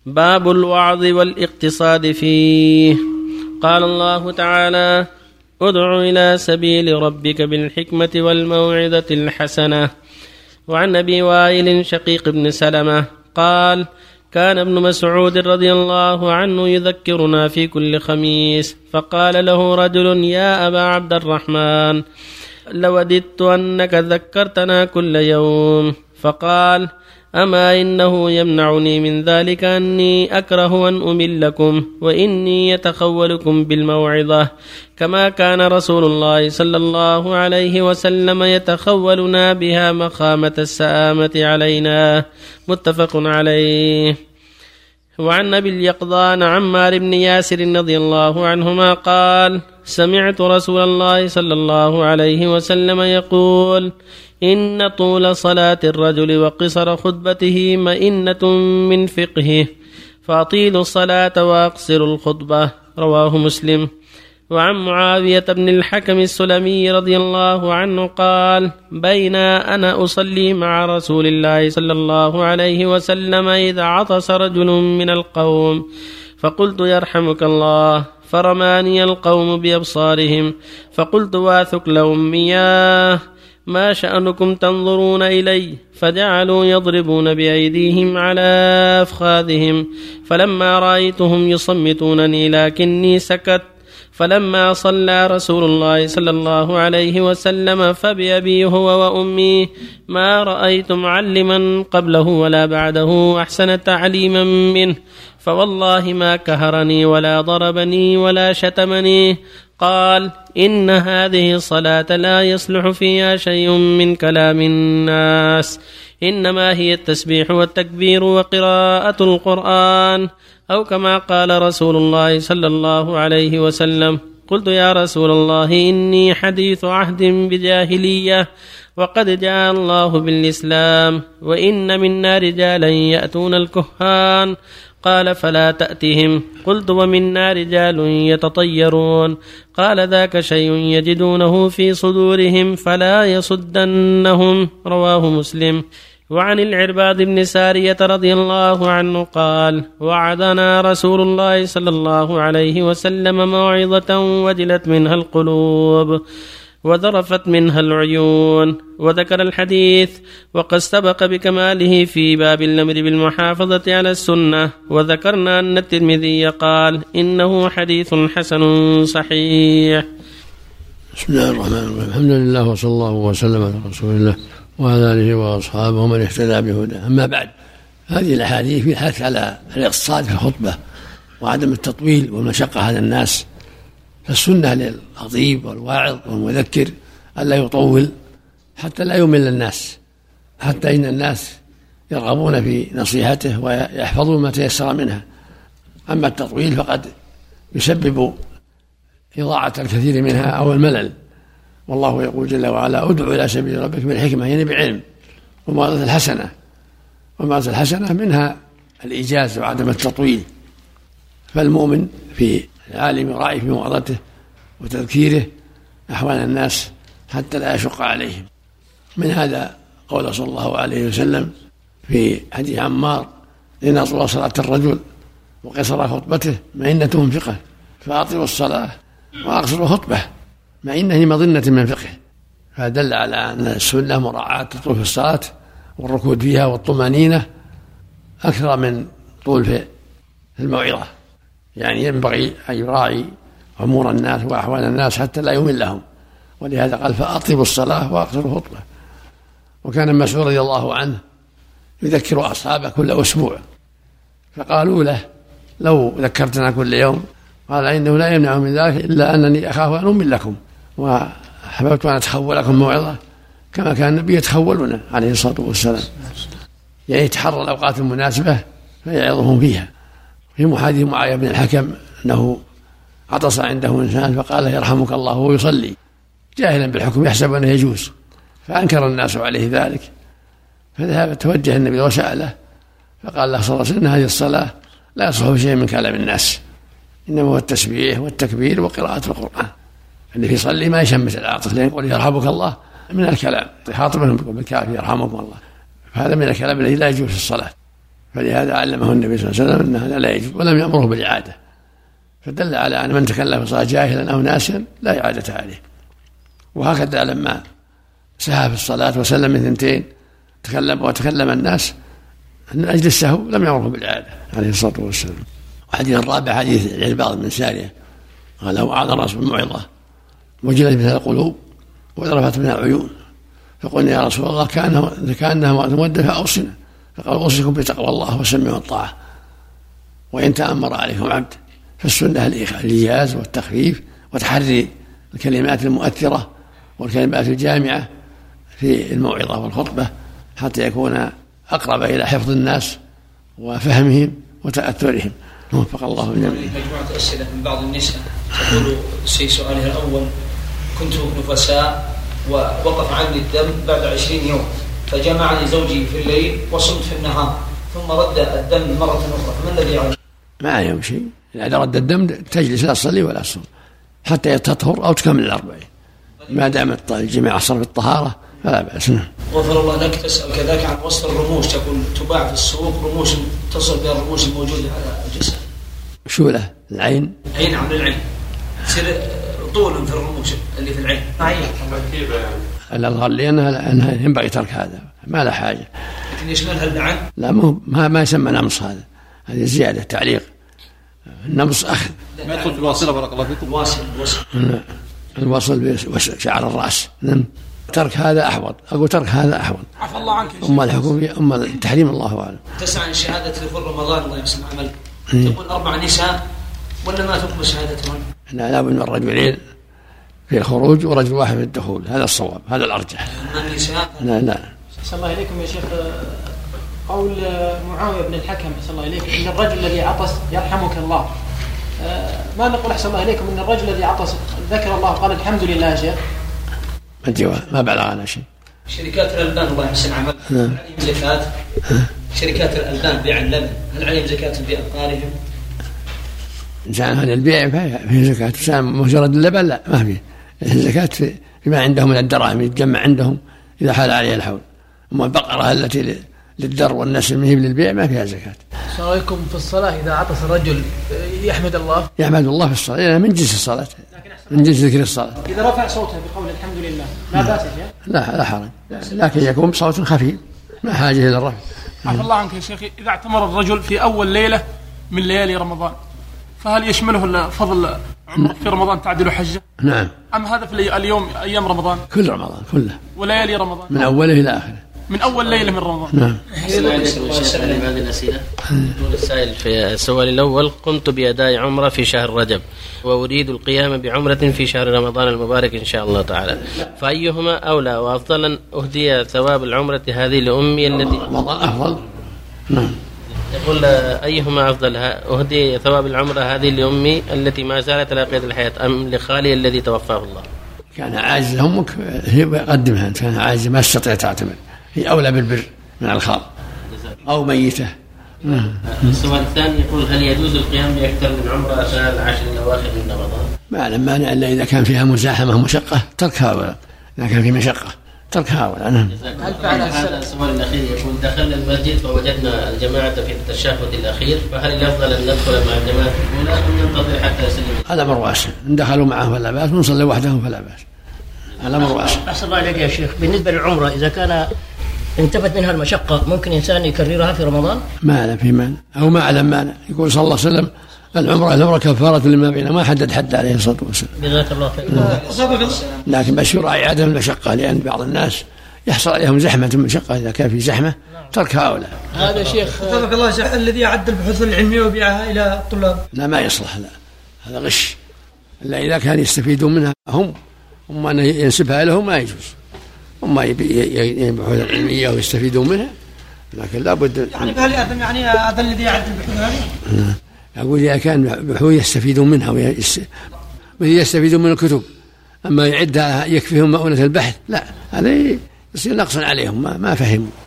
باب الوعظ والاقتصاد فيه. قال الله تعالى: ادع إلى سبيل ربك بالحكمة والموعظة الحسنة. وعن أبي وائل شقيق بن سلمة قال: كان ابن مسعود رضي الله عنه يذكرنا في كل خميس، فقال له رجل: يا أبا عبد الرحمن، لوددت أنك ذكرتنا كل يوم. فقال: أما إنه يمنعني من ذلك أني أكره أن أملكم، وإني يتخولكم بالموعظة، كما كان رسول الله صلى الله عليه وسلم يتخولنا بها مخامة السآمة علينا. متفق عليه. وعن أبي اليقظان عمار بن ياسر رضي الله عنهما قال: سمعت رسول الله صلى الله عليه وسلم يقول: إن طول صلاة الرجل وقصر خطبته مئنة من فقهه، فأطيلوا الصلاة وأقصروا الخطبة. رواه مسلم. وعن معاوية بن الحكم السلمي رضي الله عنه قال: بين أنا أصلي مع رسول الله صلى الله عليه وسلم إذا عطس رجل من القوم، فقلت: يرحمك الله، فرماني القوم بأبصارهم، فقلت: واثق لهم مياه، ما شأنكم تنظرون إلي؟ فجعلوا يضربون بأيديهم على أفخاذهم، فلما رأيتهم يصمتونني لكني سكت. فلما صلى رسول الله صلى الله عليه وسلم فبأبي هو وأمي ما رأيت معلما قبله ولا بعده أحسن تعليما منه، فوالله ما كهرني ولا ضربني ولا شتمني. قال: إن هذه الصلاة لا يصلح فيها شيء من كلام الناس، إنما هي التسبيح والتكبير وقراءة القرآن، أو كما قال رسول الله صلى الله عليه وسلم. قلت: يا رسول الله، إني حديث عهد بجاهلية، وقد جاء الله بالإسلام، وإن منا رجالا يأتون الكهان. قال: فلا تأتهم. قلت: ومنا رجال يتطيرون. قال: ذاك شيء يجدونه في صدورهم فلا يصدنهم. رواه مسلم. وعن العرباض بن سارية رضي الله عنه قال: وعدنا رسول الله صلى الله عليه وسلم موعظة وجلت منها القلوب وذرفت منها العيون. وذكر الحديث وقد سبق بكماله في باب الأمر بالمحافظة على السنة. وذكرنا أن الترمذي قال: إنه حديث حسن صحيح. بسم الله الرحمن الرحيم. الحمد لله وصلى الله وسلم على رسول الله وعلى آله وأصحابه ومن اهتدى بهداه. أما بعد، هذه الأحاديث في الحث على الاقتصاد في الخطبة وعدم التطويل والمشقة على الناس. فالسنة للخطيب والواعظ والمذكر ألا يطول حتى لا يمل الناس، حتى إن الناس يرغبون في نصيحته ويحفظون ما تيسر منها. أما التطويل فقد يسبب إضاعة الكثير منها أو الملل. والله يقول جل وعلا: ادعو إلى سبيل ربك بالحكمة، يعني بعلم، وموعظة الحسنة. والموعظة الحسنة منها الإيجاز وعدم التطويل. فالمؤمن في العالم راعي في موعظته وتذكيره أحوال الناس حتى لا يشق عليهم. من هذا قول صلى الله عليه وسلم في حديث عمار: إن طول صلاة الرجل وقصر خطبته مئنة من فقه، فأطيلوا الصلاة وأقصروا خطبة. مئنة مظنة من فقه، فدل على أن السنة مراعاة طول في الصلاة والركود فيها والطمأنينة أكثر من طول في الموعظة. يعني ينبغي أن يراعي أمور الناس وأحوال الناس حتى لا يمل لهم. ولهذا قال: فأطيبوا الصلاة وأقصروا الخطبة. وكان مسعود رضي الله عنه يذكر أصحابه كل أسبوع، فقالوا له: لو ذكرتنا كل يوم. قال: إنه لا يمنع من ذلك إلا أنني أخاف أن أمل لكم، وحببت أن أتخول لكم موعظة كما كان النبي يتخولنا عليه الصلاة والسلام، يعني يتحرى الأوقات المناسبة فيعظهم فيها. في محادث معاوية بن الحكم أنه عطس عنده إنسان فقال: يرحمك الله، وهو يصلي جاهلا بالحكم يحسب أنه يجوز، فأنكر الناس عليه ذلك. فذهب توجه النبي وسأله، فقال له صلى الله عليه وسلم: هذه الصلاة لا يصلح شيء من كلام الناس، إنما هو التسبيح والتكبير وقراءة القرآن. اللي يصلي ما يشمت العاطف، لأن يقول يرحمك الله من الكلام، يخاطبهم بالكافر يرحمكم الله، فهذا من الكلام الذي لا يجوز في الصلاة. فلهذا علمه النبي صلى الله عليه وسلم أنها لا يجوز، ولم يأمره بالإعادة، فدل على أن من تكلم في الصلاة جاهلا أو ناسيا لا إعادة عليه. وهكذا لما سهى في الصلاة وسلم من 2 وتكلم الناس من أجل السهو لم يأمره بالإعادة عليه الصلاة والسلام. وحديث الرابع حديث العرباض بن سارية قال له أعظم الناس بالموعظة وجلت منها القلوب وذرفت منها العيون، فقلنا يا رسول الله كأنها مودة فأوصنا، فقال أوصيكم بتقوى الله والسمع والطاعة، وإن تأمر عليكم عبد فالسنة الإيجاز والتخفيف وتحري الكلمات المؤثرة والكلمات الجامعة في الموعظة والخطبة حتى يكون أقرب إلى حفظ الناس وفهمهم وتأثرهم. وفق الله الجميع. مجموعة أسئلة من بعض النساء تقول في سؤالها الأول: كنت نفساء ووقف عني الدم بعد 20 يوم، فجمعني زوجي في الليل وصمت في النهار، ثم رد الدم مرة أخرى، فما الذي عليه؟ ما عليهم شيء، إذا رد الدم تجلس لا تصلي ولا تصوم حتى تطهر أو تكمل 40، ما دام الجماع أصر بالطهارة فلا بأس. غفر الله لك. تسأل كذلك عن وصف الرموش، تقول تباع في السوق رموش تصل بها الرموش الموجودة على الجسد. شو له؟ العين؟ عين عن العين يصير طول في الرموش اللي في العين. الأظهر لي أنها ينبغي ترك هذا، ما له حاجة. لكن يشملها اللعن؟ لا، ما يسمى نمص، هذه زيادة تعليق. النمص أخذ. ما يدخل في الواصلة بارك الله فيكم. الوصل بشعر الرأس. ترك هذا أحوط، أقول ترك هذا أحوط. عفى الله عنك. أما الحكم أما التحريم الله أعلم. تسعى عن شهادة دخول رمضان الله يحسن عمل، تقول 4 نساء ولا ما تقبل شهادتهم؟ لا بد من الرجلين في الخروج ورجل واحد في الدخول، هذا الصواب، هذا الأرجح. النساء؟ لا. أحسن الله إليكم يا شيخ، قول معاوية بن الحكم أحسن الله إليكم إن الرجل الذي عطس يرحمك الله، ما نقول أحسن الله إليكم إن الرجل الذي عطس ذكر الله قال الحمد لله يا شيخ؟ ما بلغنا شيء. شركات الألبان الله يحسن عمل، هل عليهم زكاة؟ شركات الألبان بيع اللبن هل عليهم زكاة في أبقارهم؟ إنسان هذا البيع فيه زكاة، إنسان مجرد اللبن لا ما فيه الزكاة فيما عندهم من الدراهم يتجمع عندهم إذا حال عليه الحول. أما البقرة التي للدر والنسل ما هي للبيع ما فيها زكاة. السلام عليكم. في الصلاة إذا عطس الرجل يحمد الله في الصلاة، لأنها من جنس الصلاة، من جنس ذكر الصلاة. إذا رفع صوته بقول الحمد لله ما بأس يا شيخ؟ لا حرج، لكن يكون بصوت خفيف ما حاجة إلى الرفع. عفى الله عنك يا شيخ، إذا اعتمر الرجل في أول ليلة من ليالي رمضان فهل يشمله فضل عمره في رمضان تعدل حجة؟ نعم. أم هذا في اليوم أيام رمضان؟ كل رمضان كله وليالي رمضان من أوله إلى آخره، من أول ليلة من رمضان. نعم. هذه الأسئلة. يقول السائل في السؤال الأول: قمت بأداء عمرة في شهر رجب وأريد القيام بعمرة في شهر رمضان المبارك إن شاء الله تعالى، فأيهما أولى وأفضل أن أهدي ثواب العمرة هذه لأمي التي رمضان أفضل؟ نعم. يقول أيهما أفضل، أهدي ثواب العمرة هذه لأمي التي ما زالت على قيد الحياة أم لخالي الذي توفاه الله؟ كان عاجز أمك هي قدمها، أنت كان عاجز ما تستطيع تعتمد، هي أولى بالبر من الخال أو ميتة. السؤال الثاني يقول: هل يجوز القيام بأكثر من عمرة أثناء العشر الأواخر من رمضان؟ ما لم مانع إلا إذا كان فيها مزاحمة ومشقة تركها، ولا إذا كان في مشقة تركها ولا. هل فعل هذا السؤال الأخير يقول: دخلنا المسجد فوجدنا الجماعة في التشهد الأخير، فهل الأفضل أن ندخل مع الجماعة الأولى أم ننتظر حتى يسلم؟ هذا أمر واسع، إن دخلوا معه فلا بأس، ونصلي وحدهم فلا بأس، هذا أمر واسع. أحسن الله عليك يا شيخ، بالنسبة للعمرة إذا كان انتفت منها المشقة ممكن إنسان يكررها في رمضان؟ ما لا في مانع، أو ما أعلم مانع. يقول صلى الله عليه وسلم: العمرة كفارة لما بينها، ما حدد حد عليه الصلاة والسلام. جزاك الله خير. لكن مشروع إعادة المشقة، لأن بعض الناس يحصل عليهم زحمة المشقة، إذا كان في زحمة ترك هؤلاء. هذا شيخ تبارك الله الذي يعد البحوث العلمية ويبيعها إلى الطلاب. لا ما يصلح، لا هذا غش، إلا إذا كان يستفيدون منها هم أن ينسبها لهم ما يجوز، هم البحوث العلمية ويستفيدون منها، لكن لا بد يعني هل هذا الذي يعد البحوث هذه؟ أقول إذا كان بحوث يستفيدون منها ويستفيدون من الكتب، أما يعدها يكفيهم مؤونة البحث لا، هذا يصير نقصا عليهم، ما فهموا.